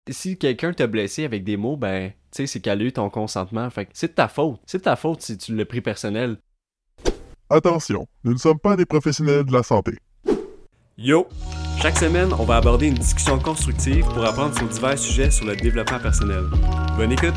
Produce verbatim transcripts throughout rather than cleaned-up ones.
Si quelqu'un t'a blessé avec des mots, ben, tu sais, c'est qu'elle a eu ton consentement. Fait que c'est de ta faute. C'est de ta faute si tu l'as pris personnel. Attention, nous ne sommes pas des professionnels de la santé. Yo! Chaque semaine, on va aborder une discussion constructive pour apprendre sur divers sujets sur le développement personnel. Bonne écoute!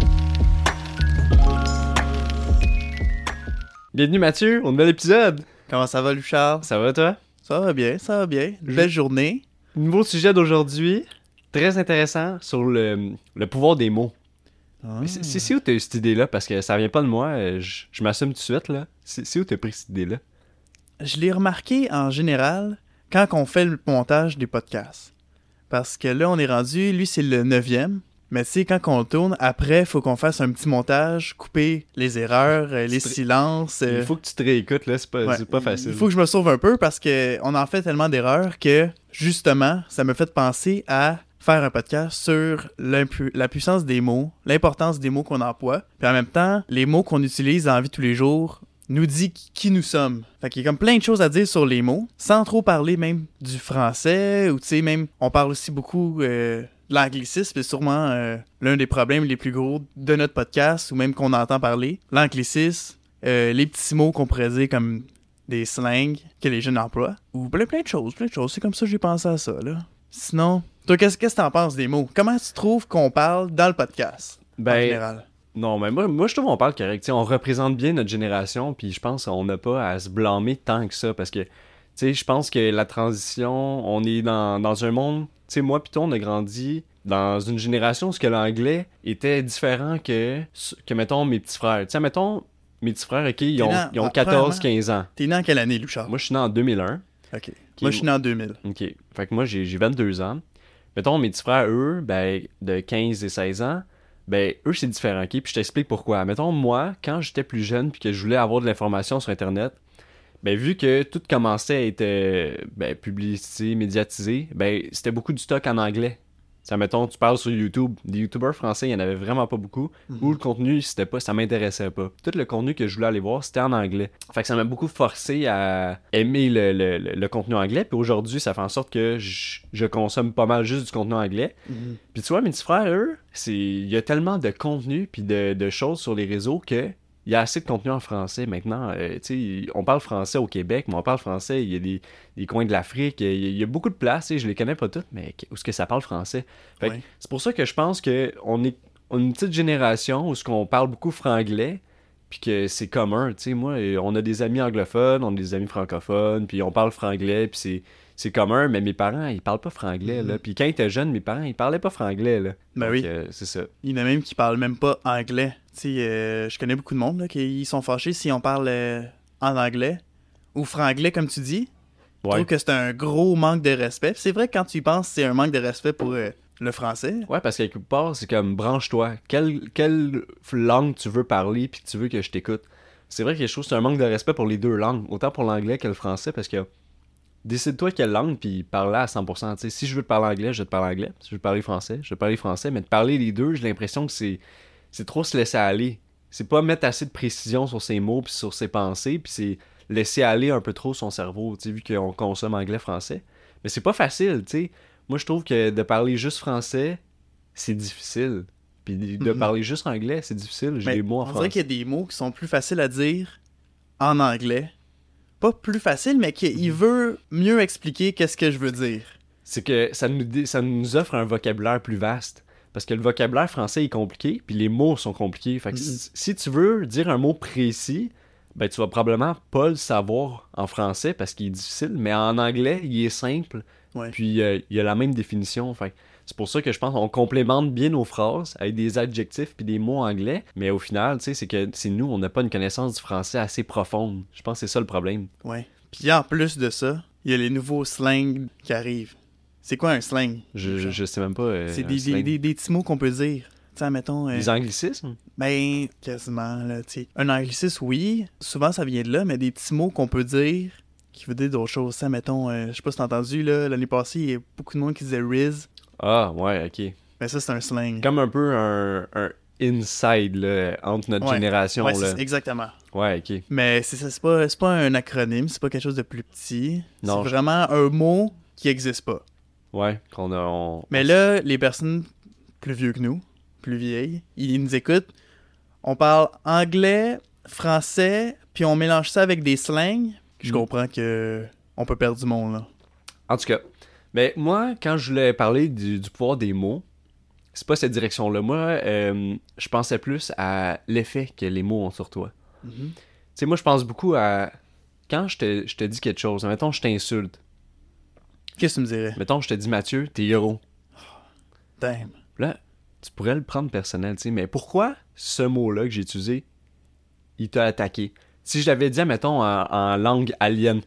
Bienvenue Mathieu, au nouvel épisode! Comment ça va, Louchard? Ça va toi? Ça va bien, ça va bien. Belle journée. Nouveau sujet d'aujourd'hui, très intéressant, sur le, le pouvoir des mots. Ah. C'est, c'est, c'est où t'as eu cette idée-là? Parce que ça vient pas de moi, je, je m'assume tout de suite, là. C'est, c'est où t'as pris cette idée-là? Je l'ai remarqué en général quand on fait le montage des podcasts. Parce que là, on est rendu, lui, c'est le neuvième. Mais tu sais, quand on le tourne, après, il faut qu'on fasse un petit montage, couper les erreurs, euh, les te... silences. Euh... Il faut que tu te réécoutes, là, c'est pas, ouais. c'est pas facile. Il faut que je me sauve un peu parce qu'on en fait tellement d'erreurs que, justement, ça me fait penser à faire un podcast sur la puissance des mots, l'importance des mots qu'on emploie, puis en même temps, les mots qu'on utilise dans la vie de tous les jours nous dit qui nous sommes. Fait qu'il y a comme plein de choses à dire sur les mots, sans trop parler même du français, ou tu sais, même, on parle aussi beaucoup euh, de l'anglicisme, c'est sûrement euh, l'un des problèmes les plus gros de notre podcast, ou même qu'on entend parler. L'anglicisme, euh, les petits mots qu'on pourrait dire comme des slangs que les jeunes emploient, ou plein, plein de choses, plein de choses. C'est comme ça que j'ai pensé à ça, là. Sinon, toi, qu'est-ce que t'en penses des mots? Comment tu trouves qu'on parle dans le podcast, ben, en général? Non, mais moi, moi je trouve qu'on parle correct. T'sais, on représente bien notre génération, puis je pense qu'on n'a pas à se blâmer tant que ça, parce que, tu sais, je pense que la transition, on est dans, dans un monde... Tu sais, moi pis toi, on a grandi dans une génération où ce que l'anglais était différent que, que mettons, mes petits frères. Tu sais, mettons, mes petits frères, OK, ils ont, né, ils ont quatorze quinze ans. T'es né en quelle année, Louchard? Moi, je suis né en deux mille un. OK. Moi, je suis né en deux mille. OK. Fait que moi, j'ai, j'ai vingt-deux ans. Mettons, mes petits frères, eux, ben, de quinze et seize ans, ben, eux, c'est différent, OK? Puis je t'explique pourquoi. Mettons, moi, quand j'étais plus jeune puis que je voulais avoir de l'information sur Internet, ben, vu que tout commençait à être euh, ben, publicité, médiatisé, ben, c'était beaucoup du stock en anglais. Ça, mettons, tu parles sur YouTube. Des YouTubers français, il n'y en avait vraiment pas beaucoup. Mm-hmm. Ou le contenu, c'était pas, ça m'intéressait pas. Tout le contenu que je voulais aller voir, c'était en anglais. Fait que ça m'a beaucoup forcé à aimer le, le, le, le contenu anglais. Puis aujourd'hui, ça fait en sorte que je, je consomme pas mal juste du contenu anglais. Mm-hmm. Puis tu vois, mes petits frères, eux, c'est, il y a tellement de contenu puis de, de choses sur les réseaux que il y a assez de contenu en français maintenant. Euh, tu sais, on parle français au Québec, mais on parle français, il y a des, des coins de l'Afrique, il y, a, il y a beaucoup de places, je les connais pas toutes, mais où est-ce que ça parle français? Fait ouais. C'est pour ça que je pense qu'on est on est une petite génération où on parle beaucoup franglais, puis que c'est commun. Tu sais, moi, on a des amis anglophones, on a des amis francophones, puis on parle franglais, puis c'est... c'est commun, mais mes parents, ils parlent pas franglais, là. Puis quand ils étaient jeunes, mes parents, ils parlaient pas franglais, là. Ben Donc, oui. Euh, c'est ça. Il y en a même qui parlent même pas anglais. Tu sais, euh, je connais beaucoup de monde, là, qui sont fâchés si on parle euh, en anglais ou franglais, comme tu dis. Je ouais. trouve que c'est un gros manque de respect. Puis c'est vrai que quand tu y penses, c'est un manque de respect pour euh, le français. Ouais, parce qu'à quelque part, c'est comme, branche-toi. Quelle, quelle langue tu veux parler, puis tu veux que je t'écoute. C'est vrai que je trouve que c'est un manque de respect pour les deux langues, autant pour l'anglais que le français, parce que décide-toi quelle langue, puis parle-la à cent pour cent. T'sais, si je veux te parler anglais, je vais te parler anglais. Si je veux te parler français, je vais te parler français. Mais de parler les deux, j'ai l'impression que c'est, c'est trop se laisser aller. C'est pas mettre assez de précision sur ses mots, puis sur ses pensées, puis c'est laisser aller un peu trop son cerveau, vu qu'on consomme anglais-français. Mais c'est pas facile, tu sais. Moi, je trouve que de parler juste français, c'est difficile. Puis de mm-hmm. parler juste anglais, c'est difficile. J'ai mais des mots en on français. On dirait qu'il y a des mots qui sont plus faciles à dire en anglais. Pas plus facile, mais qu'il veut mieux expliquer qu'est-ce que je veux dire. C'est que ça nous, ça nous offre un vocabulaire plus vaste. Parce que le vocabulaire français est compliqué, puis les mots sont compliqués. Fait que mm-hmm. si, si tu veux dire un mot précis, ben tu vas probablement pas le savoir en français parce qu'il est difficile, mais en anglais, il est simple. Ouais. Puis euh, il y a la même définition. Fait que c'est pour ça que je pense qu'on complémente bien nos phrases avec des adjectifs puis des mots anglais. Mais au final, tu sais, c'est que c'est nous, on n'a pas une connaissance du français assez profonde. Je pense que c'est ça le problème. Ouais. Puis en plus de ça, il y a les nouveaux slangs qui arrivent. C'est quoi un slang? Je, je, je sais même pas. Euh, c'est des, des, des, des petits mots qu'on peut dire. Tu sais, mettons... Euh, des anglicismes? Ben, quasiment, là, tu sais. Un anglicisme, oui. Souvent, ça vient de là, mais des petits mots qu'on peut dire qui veut dire d'autres choses. Ça, mettons, euh, je sais pas si t'as entendu, là, l'année passée, il y a beaucoup de monde qui disait « Riz ». Ah, ouais, ok. Ben ça, c'est un slang. Comme un peu un, un inside, là, entre notre ouais. génération, ouais, là. C'est, exactement. Ouais, ok. Mais c'est, c'est, pas, c'est pas un acronyme, c'est pas quelque chose de plus petit. Non. C'est vraiment un mot qui existe pas. Ouais, qu'on a... On... Mais là, les personnes plus vieux que nous, plus vieilles, ils nous écoutent. On parle anglais, français, puis on mélange ça avec des slangs. Je Mm. comprends que on peut perdre du monde, là. En tout cas, mais moi, quand je voulais parler du, du pouvoir des mots, c'est pas cette direction-là. Moi, euh, je pensais plus à l'effet que les mots ont sur toi. Mhm. Tu sais, moi, je pense beaucoup à... Quand je te, je te dis quelque chose, mettons, je t'insulte. Qu'est-ce que tu me dirais? Mettons, je te dis, Mathieu, t'es héros. Damn. Là, tu pourrais le prendre personnel, tu sais, mais pourquoi ce mot-là que j'ai utilisé, il t'a attaqué? Si je l'avais dit, mettons, en, en langue alien.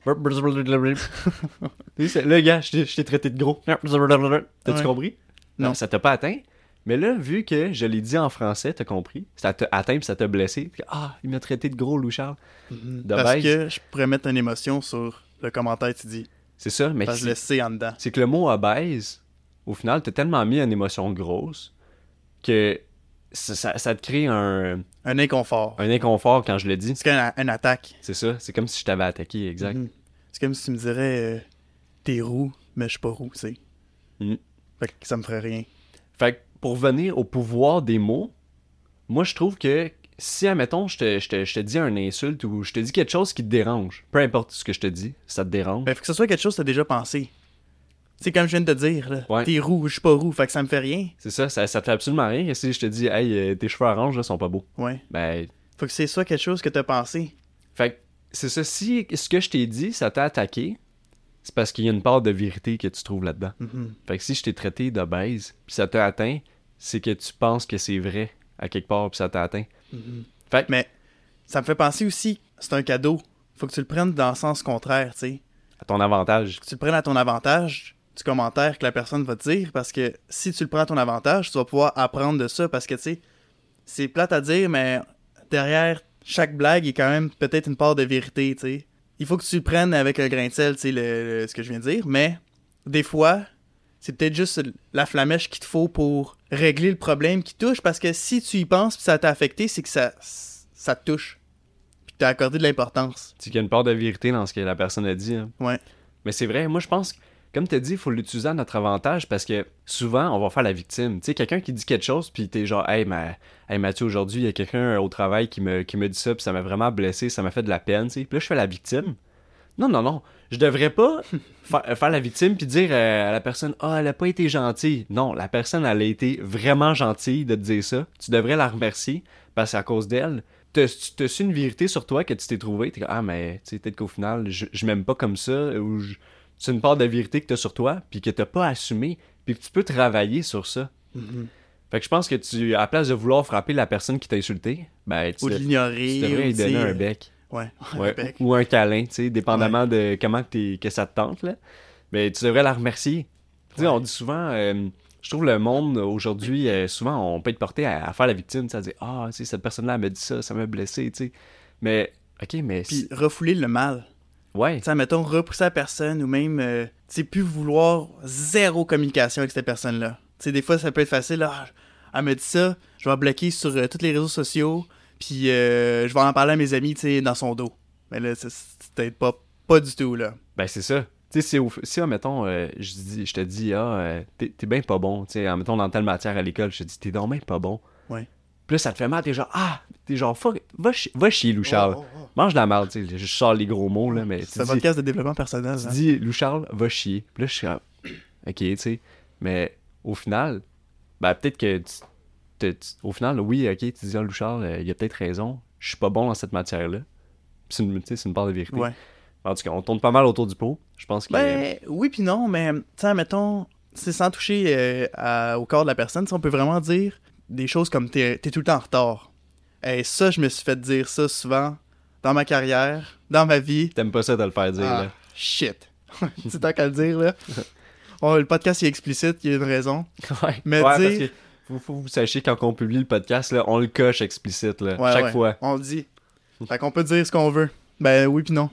Tu sais, là, gars, je t'ai- je t'ai traité de gros. T'as-tu Ouais. compris? Non. Ça t'a pas atteint. Mais là, vu que je l'ai dit en français, t'as compris? Ça t'a atteint puis ça t'a blessé. Puis, ah, il m'a traité de gros, Lou Charles. Mhm. De Parce base. que je pourrais mettre une émotion sur le commentaire que tu dis. C'est ça, mais Parce que je le sais en dedans. c'est que le mot obèse, au final, t'as tellement mis une émotion grosse que ça, ça, ça te crée un, Un inconfort. un inconfort quand je le dis. C'est comme une, une attaque. C'est ça, c'est comme si je t'avais attaqué, exact. Mhm. C'est comme si tu me dirais euh, t'es roux, mais je suis pas roux, tu sais. Mhm. Fait que ça me ferait rien. Fait que pour venir au pouvoir des mots, moi je trouve que si, admettons, je te, je, te, je te dis un insulte ou je te dis quelque chose qui te dérange, peu importe ce que je te dis, ça te dérange. Ben, faut que ce soit quelque chose que t'as déjà pensé. C'est comme je viens de te dire, là. Ouais. T'es roux, je suis pas roux, fait que ça me fait rien. C'est ça, ça, ça te fait absolument rien. Et si je te dis, hey, euh, tes cheveux orange là, sont pas beaux, Ouais. ben, Faut que c'est soit quelque chose que t'as pensé. fait que c'est ça. Si ce que je t'ai dit, ça t'a attaqué, c'est parce qu'il y a une part de vérité que tu trouves là-dedans. Mhm. Fait que si je t'ai traité d'obèse, puis ça t'a atteint, c'est que tu penses que c'est vrai à quelque part, puis ça t'a atteint. Mhm. Fait que, Mais ça me fait penser aussi, c'est un cadeau. Faut que tu le prennes dans le sens contraire, tu sais. à ton avantage, Que tu le prennes à ton avantage du commentaire que la personne va te dire, parce que si tu le prends à ton avantage, tu vas pouvoir apprendre de ça, parce que, tu sais, c'est plate à dire, mais derrière chaque blague, il y a quand même peut-être une part de vérité, tu sais. Il faut que tu le prennes avec un grain de sel, tu sais, le- le- ce que je viens de dire, mais des fois, c'est peut-être juste la flamèche qu'il te faut pour régler le problème qui touche, parce que si tu y penses puis ça t'a affecté, c'est que ça, ça te touche. Puis que t'as accordé de l'importance. c'est qu'il y a une part de vérité dans ce que la personne a dit. Hein. Ouais. Mais c'est vrai, moi je pense, que, comme tu as dit, il faut l'utiliser à notre avantage parce que souvent, on va faire la victime. Tu sais, quelqu'un qui dit quelque chose, puis t'es genre, hey, ma... hey Mathieu, aujourd'hui, il y a quelqu'un au travail qui me, qui me dit ça, puis ça m'a vraiment blessé, ça m'a fait de la peine, tu sais. Puis là, je fais la victime. Non, non, non. Je devrais pas fa- faire la victime puis dire euh, à la personne, ah, elle a pas été gentille. Non, la personne, elle a été vraiment gentille de te dire ça. Tu devrais la remercier parce qu'à cause d'elle, t'as t'as su une vérité sur toi que tu t'es trouvé. T'es comme, ah, mais tu sais, peut-être qu'au final, je, je m'aime pas comme ça, ou je- c'est une part de vérité que t'as sur toi, puis que t'as pas assumé, puis que tu peux travailler sur ça. Mhm. Fait que je pense que tu, à la place de vouloir frapper la personne qui t'a insulté, ben, tu, Ou de de- l'ignorer. tu devrais ou lui donner dire- un bec. Ouais, Ouais, un bec. ou un câlin, tu sais, dépendamment de comment que, t'es- que ça te tente, là. Mais tu devrais la remercier. Tu sais, Ouais. on dit souvent, euh, je trouve le monde aujourd'hui, euh, souvent, on peut être porté à, à faire la victime, tu sais, à dire, ah, tu sais, cette personne-là elle m'a dit ça, ça m'a blessé, tu sais. Mais, ok, mais. Puis refouler le mal. Ouais, Tu sais, mettons, repousser la personne ou même, euh, tu sais, plus vouloir zéro communication avec cette personne-là. Tu sais, des fois, ça peut être facile. Ah, elle me dit ça, je vais la bloquer sur euh, tous les réseaux sociaux, puis euh, je vais en parler à mes amis, tu sais, dans son dos. Mais là, c'est c'est peut-être pas, pas du tout, là. ben c'est ça. Tu sais, si, au- si ah, mettons, euh, je, dis, je te dis, ah, euh, t'es, t'es bien pas bon, tu sais, ah, mettons, dans telle matière à l'école, je te dis, t'es donc bien pas bon. Ouais. Puis là, ça te fait mal, t'es genre, ah, t'es genre, fuck, va, chi- va chier, Lou Charles. Oh, oh, oh. Mange de la merde, tu sais, je sors les gros mots, là, mais tu C'est un dis, podcast de développement personnel. tu hein. dis, Lou Charles, va chier. Puis là, je suis comme, ok, tu sais, mais au final, ben peut-être que, tu, te- tu- au final, oui, ok, tu dis, ah, Lou Charles, euh, il a peut-être raison, je suis pas bon dans cette matière-là. Puis c'est une, tu sais, c'est une part de vérité. Ouais. En tout cas, on tourne pas mal autour du pot. Je pense que. Ben, oui puis non, mais, tu sais, mettons, c'est sans toucher euh, à- au corps de la personne, tu sais, on peut vraiment dire des choses comme t'es t'es tout le temps en retard. Et ça, je me suis fait dire ça souvent dans ma carrière, dans ma vie. T'aimes pas ça de le faire dire, Ah, là. shit. C'est tant qu'à le dire, là. Bon, le podcast il est explicite, il y a une raison. Ouais, Mais ouais, dire- parce que faut, faut que vous sachiez quand on publie le podcast, là, on le coche explicite, là, Ouais, chaque ouais. fois. On le dit. Fait qu'on peut dire ce qu'on veut. Ben oui puis non.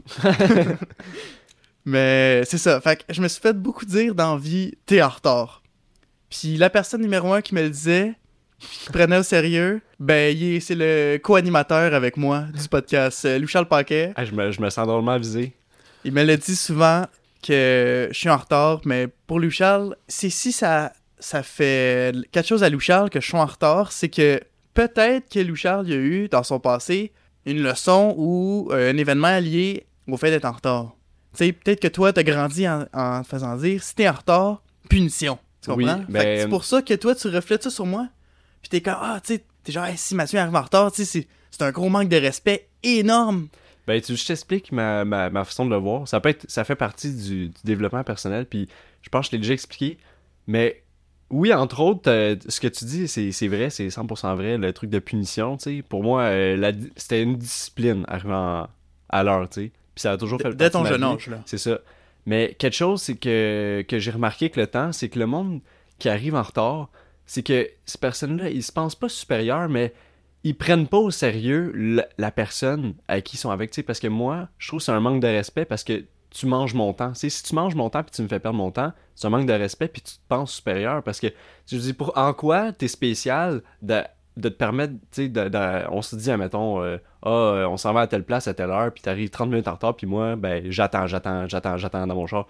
Mais c'est ça. Fait que je me suis fait beaucoup dire dans la vie, t'es en retard. Puis la personne numéro un qui me le disait, puis qui prenait au sérieux, ben il est- c'est le co-animateur avec moi du podcast, euh, Louis-Charles Paquet. Ah, je, me, je me sens drôlement visé. Il me l'a dit souvent que je suis en retard, mais pour Louis Charles, c'est si ça, ça fait quelque chose à Louis Charles que je suis en retard, c'est que peut-être que Louis Charles il a eu, dans son passé, une leçon ou euh, un événement lié au fait d'être en retard. Tu sais, peut-être que toi, t'as grandi en, en te faisant dire, si t'es en retard, punition. Tu comprends? Oui, Fait ben... que c'est pour ça que toi, tu reflètes ça sur moi. Puis t'es comme, ah, tu sais, t'es genre, hey, si Mathieu arrive en retard, tu sais, c'est, c'est un gros manque de respect énorme. Ben, tu, je t'explique ma, ma, ma façon de le voir. Ça peut être, ça fait partie du, du développement personnel, puis je pense que je l'ai déjà expliqué. Mais oui, entre autres, euh, ce que tu dis, c'est, c'est vrai, c'est cent pour cent vrai, le truc de punition, tu sais. Pour moi, euh, la, c'était une discipline arrivant à l'heure, tu sais. Puis ça a toujours fait Dès partie ton de ma jeune vie. âge, là. C'est ça. Mais quelque chose, c'est que, que j'ai remarqué avec le temps, c'est que le monde qui arrive en retard, c'est que ces personnes-là, ils se pensent pas supérieurs, mais ils prennent pas au sérieux la, la personne à qui ils sont avec, tu sais, parce que moi, je trouve que c'est un manque de respect parce que tu manges mon temps. Tu sais, si tu manges mon temps puis tu me fais perdre mon temps, c'est un manque de respect puis tu te penses supérieur parce que, je dis, pour, en quoi t'es spécial de, de te permettre, tu sais, de, de, on se dit, admettons, euh, ah, euh, on s'en va à telle place à telle heure puis t'arrives trente minutes en retard puis moi, ben, j'attends, j'attends, j'attends, j'attends dans mon char.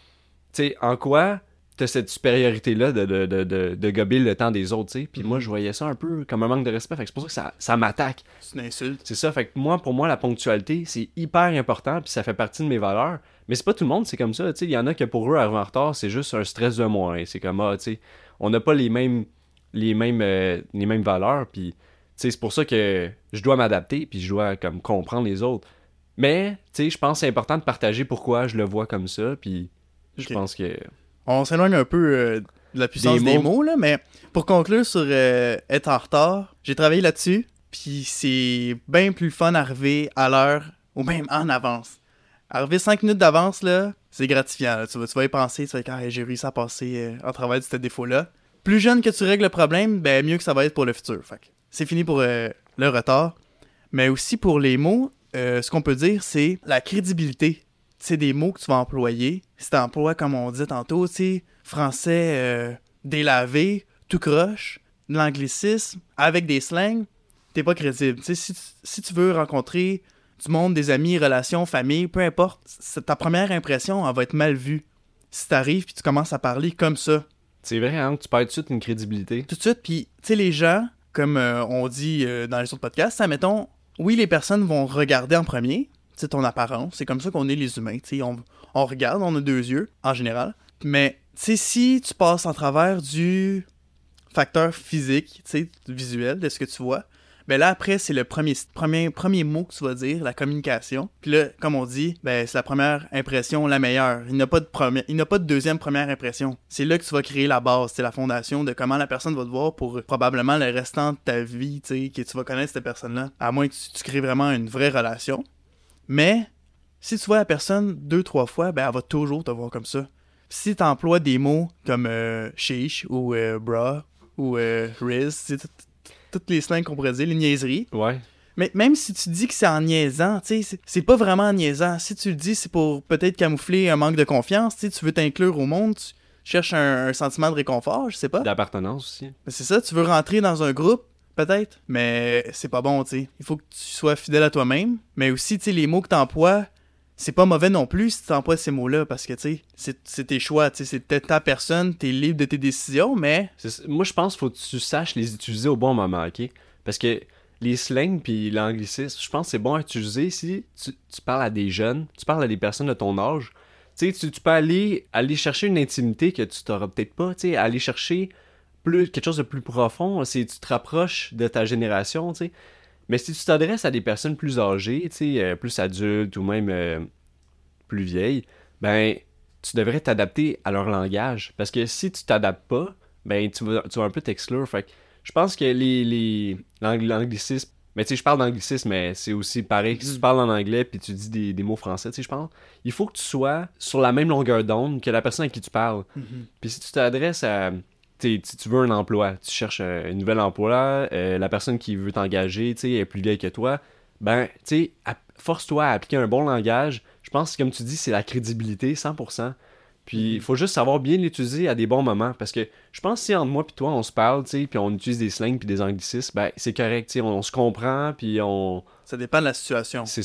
Tu sais, en quoi t'as cette supériorité-là de, de, de, de, de gober le temps des autres, tu sais. Puis mm-hmm. moi, je voyais ça un peu comme un manque de respect. Fait que c'est pour ça que ça, ça m'attaque. C'est une insulte. C'est ça. Fait que moi, pour moi, la ponctualité, c'est hyper important. Puis ça fait partie de mes valeurs. Mais c'est pas tout le monde, c'est comme ça. Tu sais, il y en a que pour eux, arriver en retard, c'est juste un stress de moins. C'est comme, ah, tu sais, on n'a pas les mêmes, les mêmes, euh, les mêmes valeurs. Puis, tu sais, c'est pour ça que je dois m'adapter. Puis je dois, comme, comprendre les autres. Mais, tu sais, je pense que c'est important de partager pourquoi je le vois comme ça. Puis, je okay. pense que... On s'éloigne un peu euh, de la puissance des, des mots. mots, là, mais pour conclure sur euh, être en retard, j'ai travaillé là-dessus, puis c'est bien plus fun d'arriver à l'heure, ou même en avance. Arriver cinq minutes d'avance, là, c'est gratifiant. Là. Tu, vas, tu vas y penser, tu vas dire, ah, j'ai réussi à passer euh, en travail de ce défaut-là. Plus jeune que tu règles le problème, ben mieux que ça va être pour le futur. Fait que c'est fini pour euh, le retard. Mais aussi pour les mots, euh, ce qu'on peut dire, c'est la crédibilité. C'est des mots que tu vas employer. Si tu emploies, comme on dit tantôt, tu sais, français euh, délavé, tout croche, de l'anglicisme, avec des slangs, t'es pas crédible. Tu sais, si, si tu veux rencontrer du monde, des amis, relations, famille, peu importe, ta première impression, elle va être mal vue. Si t'arrives puis tu commences à parler comme ça. C'est vrai, hein, tu perds tout de suite une crédibilité. Tout de suite, puis tu sais, les gens, comme euh, on dit euh, dans les autres podcasts, ça, mettons, oui, les personnes vont regarder en premier, c'est ton apparence, c'est comme ça qu'on est les humains, tu sais, on, on regarde, on a deux yeux, en général, mais, tu sais, si tu passes en travers du facteur physique, tu sais, visuel, de ce que tu vois, ben là, après, c'est le premier, premier, premier mot que tu vas dire, la communication, puis là, comme on dit, ben, c'est la première impression la meilleure, il n'a pas de première, il n'a pas de deuxième première impression, c'est là que tu vas créer la base, c'est la fondation de comment la personne va te voir pour probablement le restant de ta vie, tu sais, que tu vas connaître cette personne-là, à moins que tu, tu crées vraiment une vraie relation. Mais, si tu vois la personne deux, trois fois, ben elle va toujours te voir comme ça. Puis si tu emploies des mots comme euh, chiche ou euh, bra ou euh, riz, toutes les slangs qu'on pourrait dire, les niaiseries. Ouais. Mais même si tu dis que c'est en niaisant, tu sais, c'est, c'est pas vraiment en niaisant. Si tu le dis, c'est pour peut-être camoufler un manque de confiance, tu sais, tu veux t'inclure au monde, tu cherches un, un sentiment de réconfort, je sais pas. D'appartenance aussi. Mais c'est ça, tu veux rentrer dans un groupe, peut-être, mais c'est pas bon, tu sais. Il faut que tu sois fidèle à toi-même, mais aussi, tu sais, les mots que t'emploies, c'est pas mauvais non plus si t'emploies ces mots-là, parce que, tu sais, c'est, c'est tes choix, tu sais, c'est peut-être ta personne, t'es libre de tes décisions, mais... C'est, moi, je pense qu'il faut que tu saches les utiliser au bon moment, OK? Parce que les slangs puis l'anglicisme, je pense que c'est bon à utiliser si tu, tu parles à des jeunes, tu parles à des personnes de ton âge. Tu sais, tu, tu peux aller, aller chercher une intimité que tu t'auras peut-être pas, tu sais, aller chercher... plus quelque chose de plus profond, c'est tu te rapproches de ta génération, tu sais. Mais si tu t'adresses à des personnes plus âgées, tu sais, euh, plus adultes ou même euh, plus vieilles, ben tu devrais t'adapter à leur langage. Parce que si tu t'adaptes pas, ben tu vas, tu vas un peu t'exclure. Fait que je pense que les, les l'ang- l'anglicisme, mais tu sais, je parle d'anglicisme, mais c'est aussi pareil que si tu parles en anglais puis tu dis des, des mots français, tu sais, je pense. Il faut que tu sois sur la même longueur d'onde que la personne à qui tu parles. Mm-hmm. Puis si tu t'adresses à... Si tu veux un emploi, tu cherches un, un nouvel emploi, euh, la personne qui veut t'engager est plus vieille que toi, ben, tu sais, force-toi à appliquer un bon langage. Je pense que, comme tu dis, c'est la crédibilité, cent pour cent. Puis, il faut juste savoir bien l'utiliser à des bons moments. Parce que je pense que si entre moi et toi, on se parle, tu sais, puis on utilise des slangs puis des anglicismes, ben, c'est correct, tu sais, on, on se comprend, puis on... Ça dépend de la situation. C'est ça.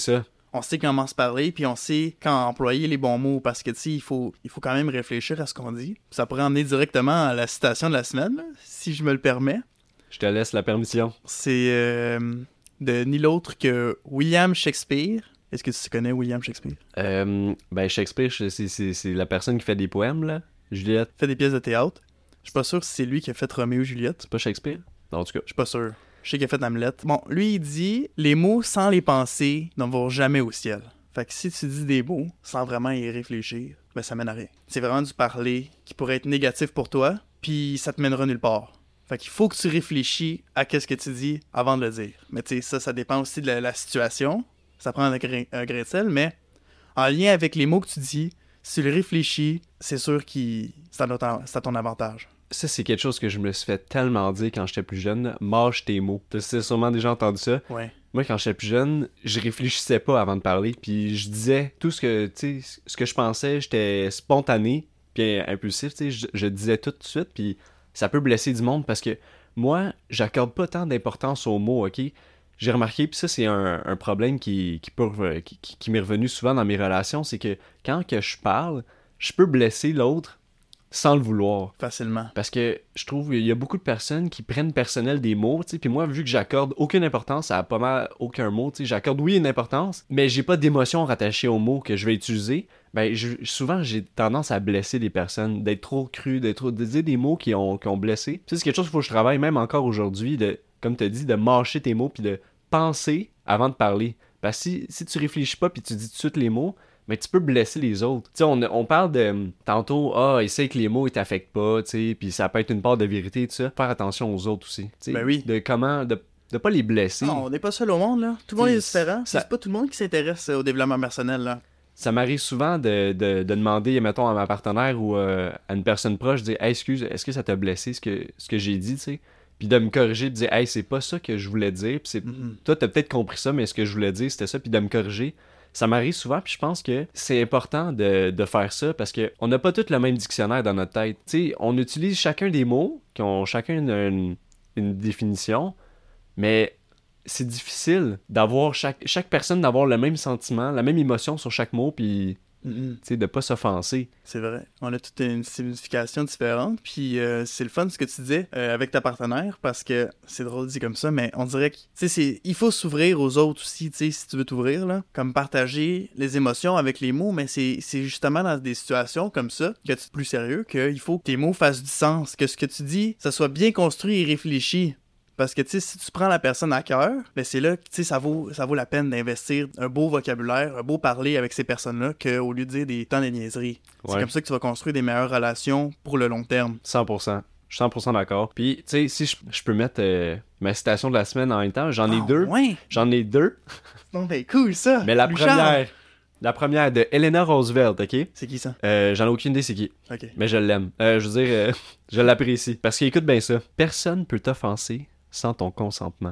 on sait comment se parler, puis on sait quand employer les bons mots, parce que, tu sais, il faut, il faut quand même réfléchir à ce qu'on dit. Ça pourrait emmener directement à la citation de la semaine, là, si je me le permets. Je te laisse la permission. C'est euh, de ni l'autre que William Shakespeare. Est-ce que tu connais William Shakespeare? Euh, ben, Shakespeare, c'est, c'est, c'est la personne qui fait des poèmes, là. Juliette, Il fait des pièces de théâtre. Je suis pas sûr si c'est lui qui a fait Roméo et Juliette. c'est pas Shakespeare? Non, en tout cas. Je suis pas sûr. Je sais qu'il a fait Hamlet. Bon, lui, il dit « Les mots sans les penser ne vont jamais au ciel. » Fait que si tu dis des mots sans vraiment y réfléchir, ben ça mène à rien. C'est vraiment du parler qui pourrait être négatif pour toi, puis ça te mènera nulle part. Fait qu'il faut que tu réfléchis à qu'est-ce que tu dis avant de le dire. Mais tu sais, ça, ça dépend aussi de la, la situation. Ça prend un grain, un grain de sel, mais en lien avec les mots que tu dis, si tu le réfléchis, c'est sûr que c'est à ton, c'est à ton avantage. Ça, c'est quelque chose que je me suis fait tellement dire quand j'étais plus jeune. Mâche tes mots. Tu as sûrement déjà entendu ça. Ouais. Moi, quand j'étais plus jeune, je réfléchissais pas avant de parler. Puis je disais tout ce que, tu sais, ce que je pensais. J'étais spontané, puis impulsif. Tu sais, je, je disais tout de suite. Puis ça peut blesser du monde parce que moi, j'accorde pas tant d'importance aux mots, ok? J'ai remarqué, puis ça, c'est un, un problème qui, qui, peut, qui, qui, qui m'est revenu souvent dans mes relations. C'est que quand que je parle, je peux blesser l'autre sans le vouloir. Facilement. Parce que je trouve qu'il y a beaucoup de personnes qui prennent personnel des mots, tu sais, puis moi, vu que j'accorde aucune importance à pas mal aucun mot, tu sais, j'accorde oui une importance, mais j'ai pas d'émotion rattachée aux mots que je vais utiliser, ben je, souvent j'ai tendance à blesser des personnes, d'être trop cru, d'être trop, de dire des mots qui ont, qui ont blessé. Puis c'est quelque chose qu'il faut que je travaille même encore aujourd'hui, de, comme tu as dit, de mâcher tes mots puis de penser avant de parler. Parce que si, si tu réfléchis pas puis tu dis tout de suite les mots, mais tu peux blesser les autres. Tu sais, on, on parle de... Tantôt, ah, essaye que les mots, ils t'affectent pas, tu sais, puis ça peut être une part de vérité, tout ça. Faire attention aux autres aussi. Tu sais, Ben oui. De comment... De, de pas les blesser. Non, on n'est pas seul au monde, là. Tout le monde est différent. Ça- C'est pas tout le monde qui s'intéresse au développement personnel, là. Ça m'arrive souvent de, de, de demander, mettons, à ma partenaire ou euh, à une personne proche, de dire « Hey, excuse, est-ce que ça t'a blessé ce que, ce que j'ai dit, tu sais? » Puis de me corriger, de dire « Hey, c'est pas ça que je voulais dire. » Puis c'est... Mm-hmm. Toi, t'as peut-être compris ça, mais ce que je voulais dire, c'était ça. Puis de me corriger. Ça m'arrive souvent, puis je pense que c'est important de, de faire ça parce que on n'a pas tous le même dictionnaire dans notre tête. Tu sais, on utilise chacun des mots qui ont chacun une, une, une définition, mais c'est difficile d'avoir chaque, chaque personne d'avoir le même sentiment, la même émotion sur chaque mot, puis Mm-hmm. tu sais, de pas s'offenser. C'est vrai. On a toute une signification différente. Puis euh, c'est le fun ce que tu disais euh, avec ta partenaire parce que c'est drôle de dire comme ça, mais on dirait que tu sais, c'est il faut s'ouvrir aux autres aussi, tu sais, si tu veux t'ouvrir là, comme partager les émotions avec les mots, mais c'est c'est justement dans des situations comme ça que tu es plus sérieux qu'il faut que tes mots fassent du sens, que ce que tu dis, ça soit bien construit et réfléchi. Parce que, tu sais, si tu prends la personne à cœur, ben c'est là que, tu sais, ça vaut, ça vaut la peine d'investir un beau vocabulaire, un beau parler avec ces personnes-là, qu'au lieu de dire des temps de niaiseries. Ouais. C'est comme ça que tu vas construire des meilleures relations pour le long terme. cent pour cent. Je suis cent pour cent d'accord. Puis, tu sais, si je, je peux mettre euh, ma citation de la semaine en même temps, j'en ai Ah, deux. Ouais! J'en ai deux. Non, ben cool, ça! Mais la Plus première, Charles. la première de Eleanor Roosevelt, ok? C'est qui ça? Euh, j'en ai aucune idée c'est qui. Ok. Mais je l'aime. Euh, je veux dire, euh, je l'apprécie. Parce qu'écoute bien ça. Personne peut t'offenser sans ton consentement.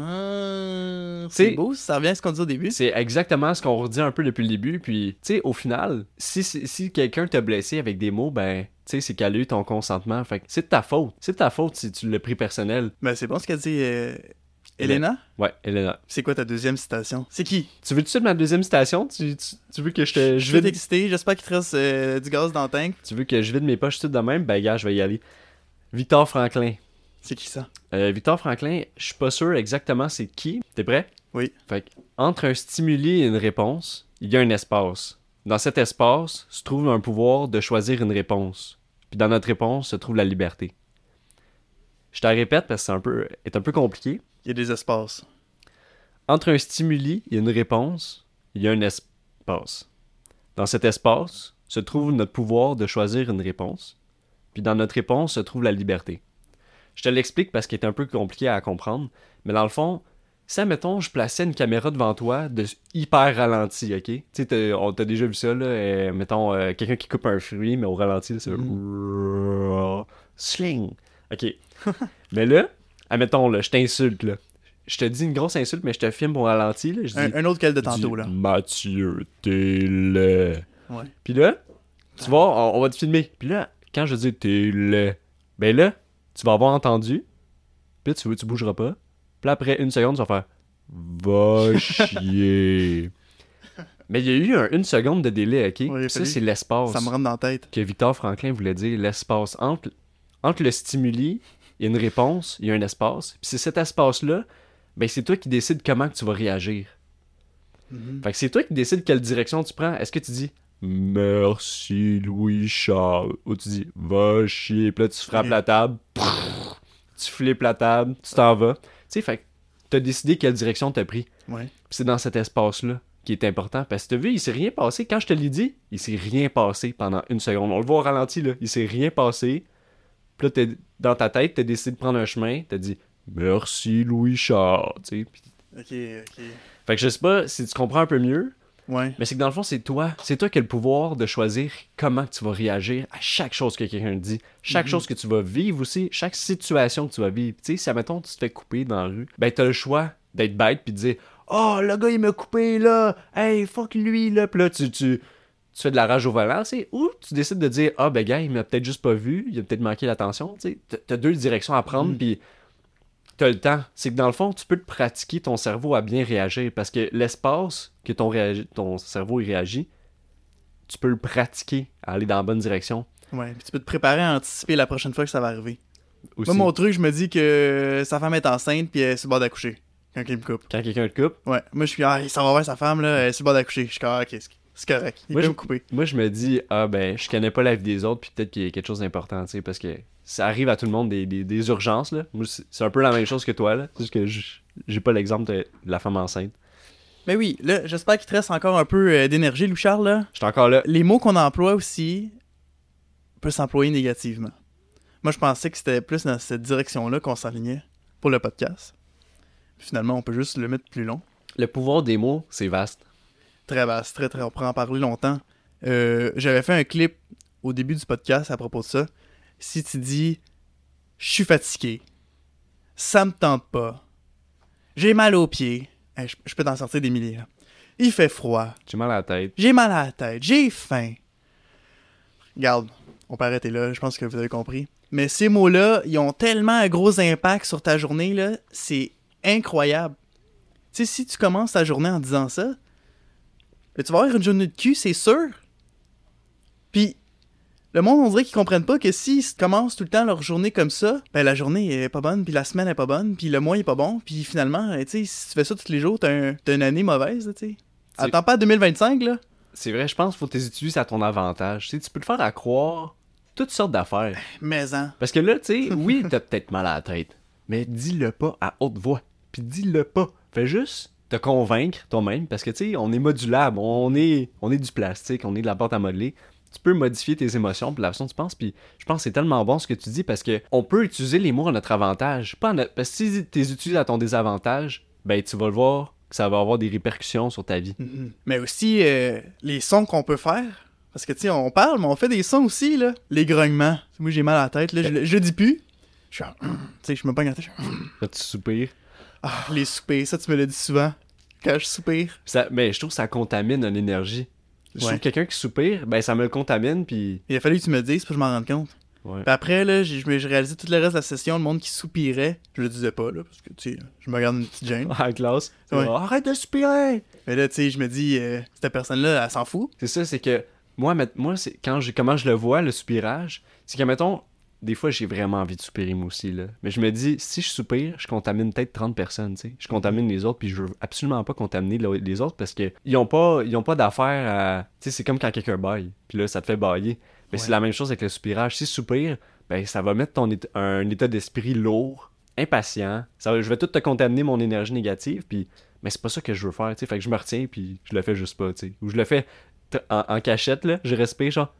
Ah, T'sais- c'est beau, ça revient à ce qu'on dit au début. C'est exactement ce qu'on redit un peu depuis le début. Puis, tu sais, au final, si, si, si quelqu'un t'a blessé avec des mots, ben, tu sais, c'est qu'elle a eu ton consentement. Fait que c'est de ta faute. C'est de ta faute si tu l'as pris personnel. Ben c'est bon ce qu'a dit euh, Elena. Ouais, Elena. C'est quoi ta deuxième citation? C'est qui? Tu veux tout de suite ma deuxième citation? Tu, tu, tu veux que je te... Je Je vais vide, t'exciter, j'espère qu'il te reste euh, du gaz dans le tank. tu veux que je vide mes poches tout de même? Ben, gars, je vais y aller. Victor Franklin. C'est qui ça? Euh, Victor Franklin, je suis pas sûr exactement c'est qui. T'es prêt? Oui. Fait que, entre un stimuli et une réponse, il y a un espace. Dans cet espace se trouve un pouvoir de choisir une réponse. Puis dans notre réponse se trouve la liberté. Je te la répète parce que c'est un peu, est un peu compliqué. Il y a des espaces. Entre un stimuli et une réponse, il y a un espace. Dans cet espace se trouve notre pouvoir de choisir une réponse. Puis dans notre réponse se trouve la liberté. Je te l'explique parce qu'il est un peu compliqué à comprendre, mais dans le fond, si, admettons, je plaçais une caméra devant toi de hyper ralenti, ok? Tu sais, t'as- on t'a déjà vu ça, là, euh, mettons, euh, quelqu'un qui coupe un fruit, mais au ralenti, là, c'est... Sling! Ok. Mais là, admettons, là, je t'insulte, là. Je te dis une grosse insulte, mais je te filme au ralenti, là. Je dis, Un, un autre qu'elle de je dis, tantôt, là. Mathieu, t'es laid. Ouais. Puis là, tu vois, on, on va te filmer. Puis là, quand je dis t'es laid, ben là, tu vas avoir entendu. Puis là, tu, tu bougeras pas. Puis là, après une seconde, tu vas faire va chier. Mais il y a eu un- une seconde de délai, ok? Ouais, il a ça, fallu- c'est l'espace Ça me rentre dans la tête. que Victor Franklin voulait dire. L'espace. Entre, entre le stimuli et une réponse, il y a un espace. Puis c'est cet espace-là, ben c'est toi qui décides comment que tu vas réagir. Mhm. Fait que c'est toi qui décides quelle direction tu prends. Est-ce que tu dis merci Louis-Charles ou tu dis va chier, puis là tu frappes Ok. la table, prrr, tu flippes la table, tu t'en vas. Tu sais, fait que t'as décidé quelle direction t'as pris. Ouais. Puis c'est dans cet espace-là qui est important. Parce que t'as vu, il s'est rien passé. Quand je te l'ai dit, il s'est rien passé pendant une seconde. On le voit au ralenti, là. Il s'est rien passé. Puis là, t'es, dans ta tête, t'as décidé de prendre un chemin. T'as dit merci Louis-Charles. Tu sais. Puis- Ok, ok. Fait que je sais pas si tu comprends un peu mieux. Ouais. Mais c'est que dans le fond, c'est toi. C'est toi qui as le pouvoir de choisir comment tu vas réagir à chaque chose que quelqu'un te dit. Chaque Mhm. chose que tu vas vivre aussi. Chaque situation que tu vas vivre. Tu sais, si, admettons, tu te fais couper dans la rue, ben t'as le choix d'être bête puis de dire « Oh, le gars, il m'a coupé, là! Hey, fuck lui, là! » Puis là, tu, tu, tu fais de la rage au volant, tu sais. Ou tu décides de dire « Ah, ben gars, il m'a peut-être juste pas vu. Il a peut-être manqué l'attention. » Tu sais, t'as- t'as deux directions à prendre Mhm. puis t'as le temps. C'est que dans le fond, tu peux te pratiquer ton cerveau à bien réagir parce que l'espace que ton, réagi- ton cerveau il réagit, tu peux le pratiquer à aller dans la bonne direction Ouais. Puis tu peux te préparer à anticiper la prochaine fois que ça va arriver. aussi. Moi, mon truc, je me dis que sa femme est enceinte puis elle est sur le bord d'accoucher quand il me coupe. Quand quelqu'un te coupe, Ouais. Moi, je suis ah, ça va voir sa femme, là, elle est sur le bord d'accoucher. Je suis comme, ah, ok, c'est c'est correct. Il Moi, peut je- me couper. moi je me dis, ah ben, je connais pas la vie des autres, puis peut-être qu'il y a quelque chose d'important, tu sais, parce que ça arrive à tout le monde des, des, des urgences, là. Moi, c'est c'est un peu la même chose que toi, là. C'est juste que j- j'ai pas l'exemple de la femme enceinte. Mais oui, là, j'espère qu'il te reste encore un peu euh, d'énergie, Louis-Charles, là. J'étais encore là. Les mots qu'on emploie aussi peuvent s'employer négativement. Moi, je pensais que c'était plus dans cette direction-là qu'on s'alignait pour le podcast. Puis finalement, on peut juste le mettre plus long. Le pouvoir des mots, c'est vaste. Très vaste, très, très, on pourrait en parler longtemps. Euh, j'avais fait un clip au début du podcast à propos de ça. Si tu dis « Je suis fatigué. Ça me tente pas. J'ai mal aux pieds. Hey, je, je peux t'en sortir des milliers. Là. Il fait froid. J'ai mal à la tête. J'ai mal à la tête. J'ai faim. » Regarde, on peut arrêter là. Je pense que vous avez compris. Mais ces mots-là, ils ont tellement un gros impact sur ta journée, là. C'est incroyable. Tu sais, si tu commences ta journée en disant ça, ben, tu vas avoir une journée de cul, c'est sûr. Puis, le monde, on dirait qu'ils comprennent pas que s'ils commencent tout le temps leur journée comme ça, ben la journée est pas bonne, puis la semaine est pas bonne, puis le mois est pas bon, puis finalement, tu sais, si tu fais ça tous les jours, t'as, un, t'as une année mauvaise, là, tu sais. C'est- Attends pas à deux mille vingt-cinq, là. C'est vrai, je pense qu'il faut que tu les utilises à ton avantage. Tu sais, tu peux te faire à croire toutes sortes d'affaires. Mais hein. Parce que là, tu sais, oui, t'as peut-être mal à la tête, mais dis-le pas à haute voix. Puis dis-le pas. Fais juste te convaincre toi-même, parce que, tu sais, on est modulable, on est, on est du plastique, on est de la pâte à modeler. Tu peux modifier tes émotions, puis la façon dont tu penses, puis je pense que c'est tellement bon ce que tu dis, parce que on peut utiliser les mots à notre avantage. Pas à notre... Parce que si tu les utilises à ton désavantage, ben tu vas le voir que ça va avoir des répercussions sur ta vie. Mhm. Mais aussi, euh, les sons qu'on peut faire. Parce que, tu sais, on parle, mais on fait des sons aussi, là. Les grognements. Moi, j'ai mal à la tête, là. Je, le- je le dis plus. Je suis en- Tu sais, je me pogne la tête. je suis en- Là, tu soupires. Ah, les soupers, ça, tu me l'as dit souvent. Quand je soupire. Ça... Mais je trouve que ça contamine une énergie. Je Ouais. trouve que quelqu'un qui soupire, ben ça me le contamine, puis... Il a fallu que tu me le dises pour que je m'en rende compte. Ouais. Puis après, là, j'ai, je me- j'ai réalisé tout le reste de la session, le monde qui soupirait. Je le disais pas, là, parce que, tu sais, je me regarde une petite gêne. En classe. Ouais. Oh, arrête de soupirer! Mais là, tu sais, je me dis, euh, cette personne-là, elle s'en fout. C'est ça, c'est que moi, met- moi c'est quand je, comment je le vois, le soupirage, c'est que, mettons, des fois, j'ai vraiment envie de soupirer moi aussi, là. Mais je me dis, si je soupire, je contamine peut-être trente personnes, tu sais. Je contamine les autres, puis je veux absolument pas contaminer le- les autres parce que ils ont pas, ils ont pas d'affaire à... Tu sais, c'est comme quand quelqu'un baille, puis là, ça te fait bailler. Mais Ouais. c'est la même chose avec le soupirage. Si je soupire, ben, ça va mettre ton état- un état d'esprit lourd, impatient. Ça va- je vais tout te contaminer mon énergie négative, puis... Mais c'est pas ça que je veux faire, tu sais. Fait que je me retiens, puis je le fais juste pas, tu sais. Ou je le fais t- en, en cachette, là. Je respire, genre...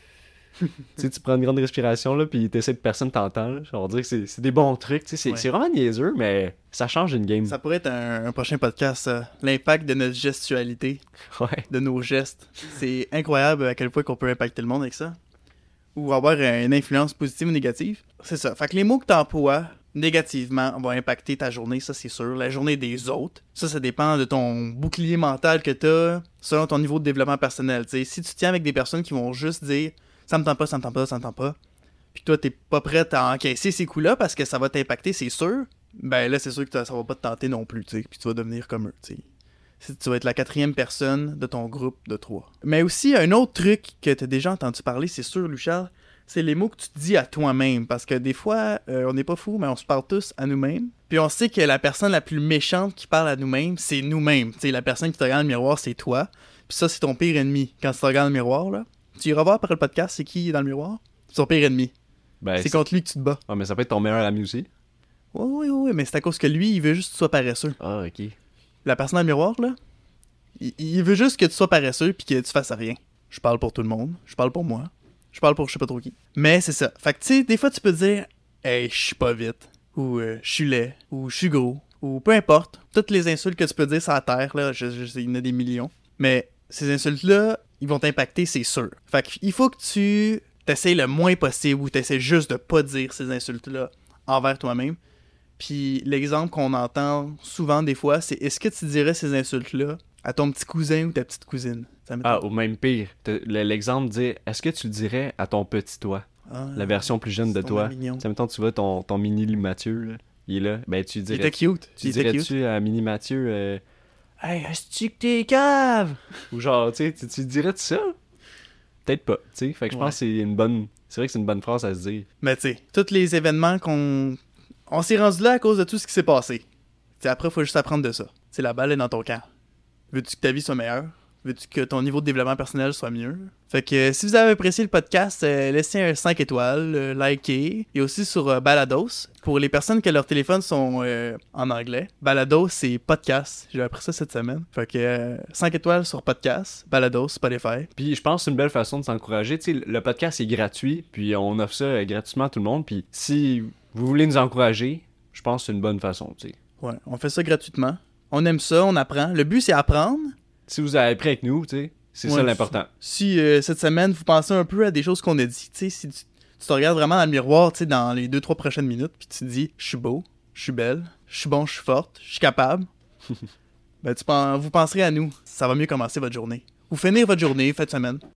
tu sais, tu prends une grande respiration, là, puis t'essaies de personne t'entend, là. On dirait que c'est, c'est des bons trucs, tu sais. C'est, Ouais. c'est vraiment niaiseux, mais ça change une game. Ça pourrait être un, un prochain podcast, ça. L'impact de notre gestualité, Ouais. de nos gestes. C'est incroyable à quel point qu'on peut impacter le monde avec ça. Ou avoir une influence positive ou négative. C'est ça. Fait que les mots que tu emploies négativement vont impacter ta journée, ça c'est sûr. La journée des autres, ça, ça dépend de ton bouclier mental que tu as selon ton niveau de développement personnel. T'sais, si tu tiens avec des personnes qui vont juste dire ça me tente pas, ça me tente pas, ça me tente pas, puis toi t'es pas prête à encaisser ces coups-là parce que ça va t'impacter, c'est sûr, ben là c'est sûr que ça va pas te tenter non plus, t'sais, puis tu vas devenir comme eux. T'sais. c'est- tu vas être la quatrième personne de ton groupe de trois. Mais aussi, un autre truc que tu as déjà entendu parler, c'est sûr, Louis-Charles, c'est les mots que tu te dis à toi-même. Parce que des fois, euh, on n'est pas fous, mais on se parle tous à nous-mêmes. Puis on sait que la personne la plus méchante qui parle à nous-mêmes, c'est nous-mêmes. Tu sais, la personne qui te regarde dans le miroir, c'est toi. Puis ça, c'est ton pire ennemi. Quand tu te regardes dans le miroir, là, tu iras voir après le podcast, c'est qui est dans le miroir? C'est ton pire ennemi. Ben, C'est contre lui que tu te bats. Ah, mais ça peut être ton meilleur ami aussi. Oui, oui, oui, mais c'est à cause que lui, il veut juste que tu sois paresseux. Ah, ok. La personne dans le miroir, là, il, il veut juste que tu sois paresseux puis que tu fasses rien. Je parle pour tout le monde, je parle pour moi, je parle pour je sais pas trop qui. Mais c'est ça. Fait que tu sais, des fois tu peux dire « Hey, je suis pas vite » ou euh, « Je suis laid » ou « Je suis gros » ou peu importe. Toutes les insultes que tu peux dire sur la terre, là, je, je sais, il y en a des millions. Mais ces insultes-là, ils vont t'impacter, c'est sûr. Fait qu'il faut que tu t'essayes le moins possible ou t'essayes juste de pas dire ces insultes-là envers toi-même. Puis l'exemple qu'on entend souvent des fois, c'est est-ce que tu dirais ces insultes-là à ton petit cousin ou ta petite cousine? Ça m'étonne. Ah, ou même pire. T'as- le- L'exemple dit est-ce que tu le dirais à ton petit toi, Ah, la version plus jeune de c'est toi? tellement mignon. Tu sais, mettons, tu vois ton, ton mini Mathieu, là, il est là. Ben, tu Il dirais. était cute. Tu Il était cute. dirais-tu à mini Mathieu euh, Hey, est-ce que t'es cave? Ou genre, tu sais, tu tu dirais ça? Peut-être pas, tu sais. Fait que je Ouais. pense que c'est une bonne. C'est vrai que c'est une bonne phrase à se dire. Mais tu sais, tous les événements qu'on... On s'est rendu là à cause de tout ce qui s'est passé. Tu sais, après, faut juste apprendre de ça. Tu sais, la balle est dans ton camp. Veux-tu que ta vie soit meilleure? Veux-tu que ton niveau de développement personnel soit mieux? Fait que euh, si vous avez apprécié le podcast, euh, laissez un cinq étoiles, euh, likez. Et aussi sur euh, Balados. Pour les personnes que leurs téléphones sont euh, en anglais, Balados, c'est podcast. J'ai appris ça cette semaine. Fait que euh, cinq étoiles sur podcast, Balados, Spotify. Puis je pense que c'est une belle façon de s'encourager. Tu sais, le podcast est gratuit, puis on offre ça euh, gratuitement à tout le monde. Puis si vous voulez nous encourager, je pense que c'est une bonne façon, tu sais. Ouais, on fait ça gratuitement. On aime ça, on apprend. Le but, c'est apprendre. Si vous avez appris avec nous, tu sais, c'est Ouais, ça l'important. Si euh, cette semaine, vous pensez un peu à des choses qu'on a dit, tu sais, si tu, tu te regardes vraiment dans le miroir, tu sais, dans les deux trois prochaines minutes, puis tu te dis, je suis beau, je suis belle, je suis bon, je suis forte, je suis capable, ben tu pen- vous penserez à nous. Ça va mieux commencer votre journée. Ou finir votre journée, faites semaine.